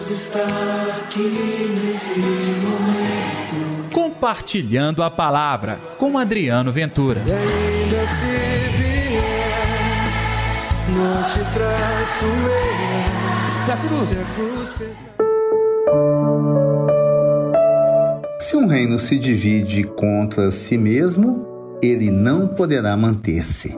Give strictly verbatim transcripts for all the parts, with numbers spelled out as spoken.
Deus está aqui nesse momento, Compartilhando a Palavra, com Adriano Ventura. e ainda se vier, não te traço eu, Se a cruz... se a cruz pesar. Se um reino se divide contra si mesmo, ele não poderá manter-se.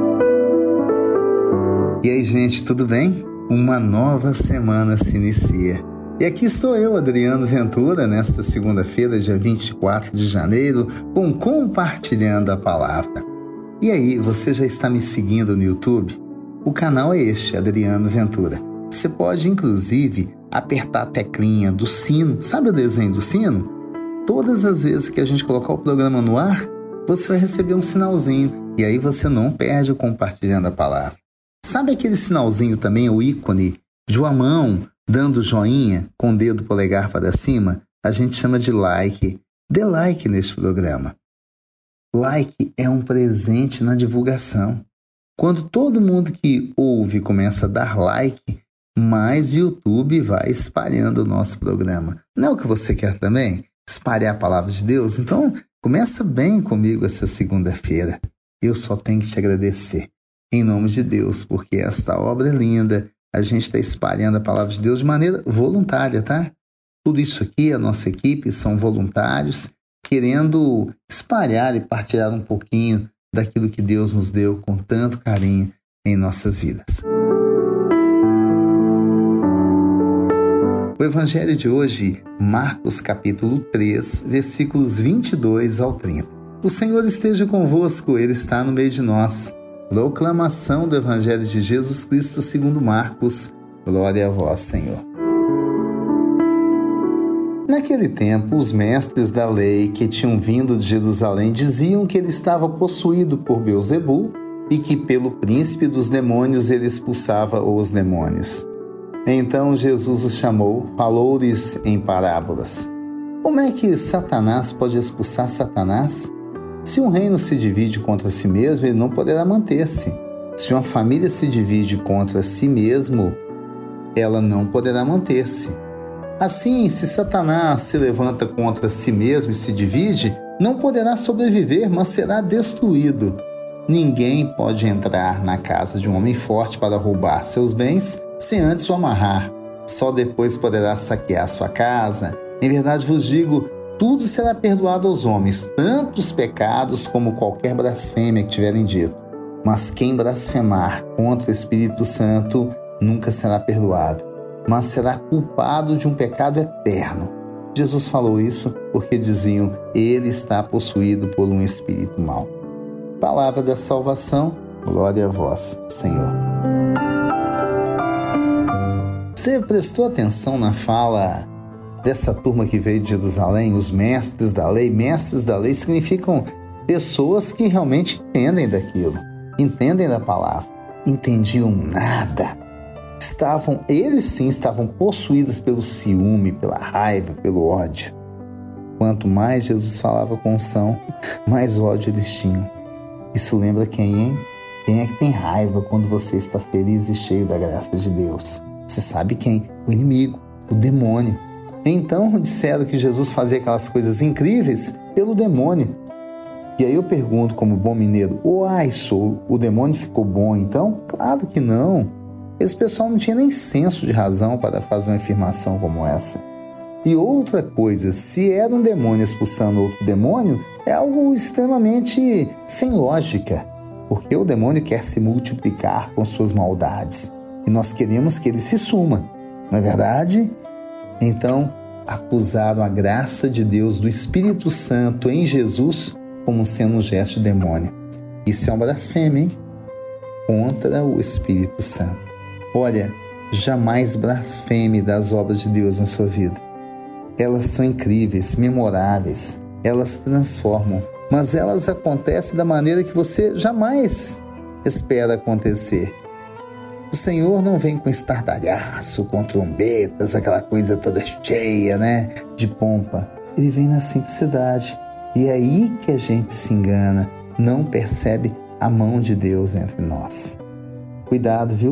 E aí, gente, tudo bem? Uma nova semana se inicia. E aqui estou eu, Adriano Ventura, nesta segunda-feira, dia vinte e quatro de janeiro, com Compartilhando a Palavra. E aí, você já está me seguindo no YouTube? O canal é este, Adriano Ventura. Você pode, inclusive, apertar a teclinha do sino. Sabe o desenho do sino? Todas as vezes que a gente colocar o programa no ar, você vai receber um sinalzinho. E aí você não perde o Compartilhando a Palavra. Sabe aquele sinalzinho também, o ícone de uma mão dando joinha com o dedo polegar para cima? A gente chama de like. Dê like neste programa. Like é um presente na divulgação. Quando todo mundo que ouve começa a dar like, mais o YouTube vai espalhando o nosso programa. Não é o que você quer também? Espalhar a palavra de Deus? Então, começa bem comigo essa segunda-feira. Eu só tenho que te agradecer. Em nome de Deus, porque esta obra é linda, a gente está espalhando a palavra de Deus de maneira voluntária, tá? Tudo isso aqui, a nossa equipe, são voluntários querendo espalhar e partilhar um pouquinho daquilo que Deus nos deu com tanto carinho em nossas vidas. O Evangelho de hoje, Marcos capítulo três, versículos vinte e dois ao trinta. O Senhor esteja convosco, Ele está no meio de nós. Proclamação do Evangelho de Jesus Cristo segundo Marcos. Glória a vós, Senhor. Naquele tempo, os mestres da lei que tinham vindo de Jerusalém diziam que ele estava possuído por Beelzebul e que pelo príncipe dos demônios ele expulsava os demônios. Então Jesus os chamou, falou-lhes em parábolas. Como é que Satanás pode expulsar Satanás? Se um reino se divide contra si mesmo, ele não poderá manter-se. Se uma família se divide contra si mesmo, ela não poderá manter-se. Assim, se Satanás se levanta contra si mesmo e se divide, não poderá sobreviver, mas será destruído. Ninguém pode entrar na casa de um homem forte para roubar seus bens sem antes o amarrar. Só depois poderá saquear sua casa. Em verdade vos digo, tudo será perdoado aos homens, tanto os pecados como qualquer blasfêmia que tiverem dito. Mas quem blasfemar contra o Espírito Santo nunca será perdoado, mas será culpado de um pecado eterno. Jesus falou isso porque diziam, ele está possuído por um espírito mau. Palavra da salvação, glória a vós, Senhor. Você prestou atenção na fala dessa turma que veio de Jerusalém, os mestres da lei? Mestres da lei significam pessoas que realmente entendem daquilo, entendem da palavra, entendiam nada. Estavam, eles sim estavam possuídos pelo ciúme, pela raiva, pelo ódio. Quanto mais Jesus falava com unção, mais ódio eles tinham. Isso lembra quem, hein? Quem é que tem raiva quando você está feliz e cheio da graça de Deus? Você sabe quem? O inimigo, o demônio. Então disseram que Jesus fazia aquelas coisas incríveis pelo demônio. E aí eu pergunto como bom mineiro, uai, sou, o demônio ficou bom então? Claro que não. Esse pessoal não tinha nem senso de razão para fazer uma afirmação como essa. E outra coisa, se era um demônio expulsando outro demônio, é algo extremamente sem lógica, porque o demônio quer se multiplicar com suas maldades e nós queremos que ele se suma, não é verdade? Então, acusaram a graça de Deus, do Espírito Santo em Jesus, como sendo um gesto de demônio. Isso é uma blasfêmia, hein? Contra o Espírito Santo. Olha, jamais blasfeme das obras de Deus na sua vida. Elas são incríveis, memoráveis, elas transformam, mas elas acontecem da maneira que você jamais espera acontecer. O Senhor não vem com estardalhaço, com trombetas, aquela coisa toda cheia, né, de pompa. Ele vem na simplicidade. E é aí que a gente se engana, não percebe a mão de Deus entre nós. Cuidado, viu?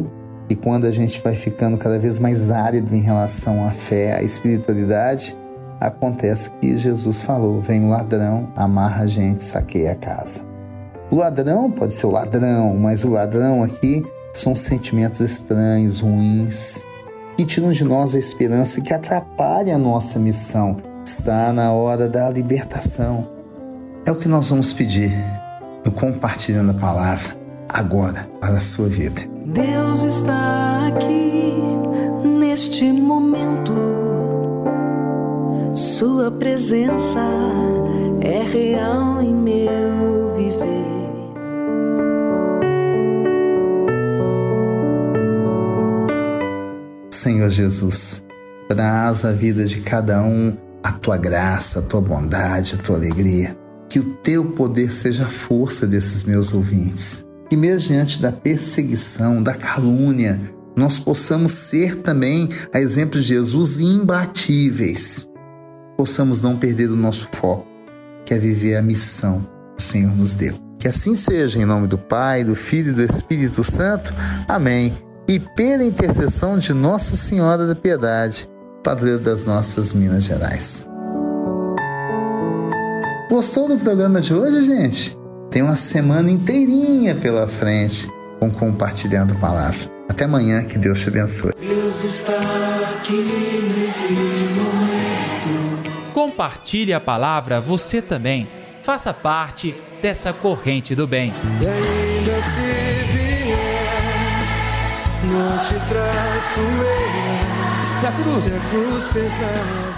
E quando a gente vai ficando cada vez mais árido em relação à fé, à espiritualidade, acontece que Jesus falou: vem o ladrão, amarra a gente, saqueia a casa. O ladrão pode ser o ladrão, mas o ladrão aqui são sentimentos estranhos, ruins, que tiram de nós a esperança e que atrapalham a nossa missão. Está na hora da libertação. É o que nós vamos pedir no Compartilhando a Palavra agora para a sua vida. Deus está aqui neste momento. Sua presença é real em meu viver. Senhor Jesus, traz à vida de cada um a tua graça, a tua bondade, a tua alegria. Que o teu poder seja a força desses meus ouvintes. Que mesmo diante da perseguição, da calúnia, nós possamos ser também, a exemplo de Jesus, imbatíveis. Possamos não perder o nosso foco, que é viver a missão que o Senhor nos deu. Que assim seja, em nome do Pai, do Filho e do Espírito Santo. Amém. E pela intercessão de Nossa Senhora da Piedade, padroeira das nossas Minas Gerais. Gostou do programa de hoje, gente? Tem uma semana inteirinha pela frente com Compartilhando a Palavra. Até amanhã, que Deus te abençoe. Deus está aqui nesse momento. Compartilhe a palavra você também. Faça parte dessa corrente do bem. E ainda se vier, não te traço eu. Se a cruz, Se a cruz pesar.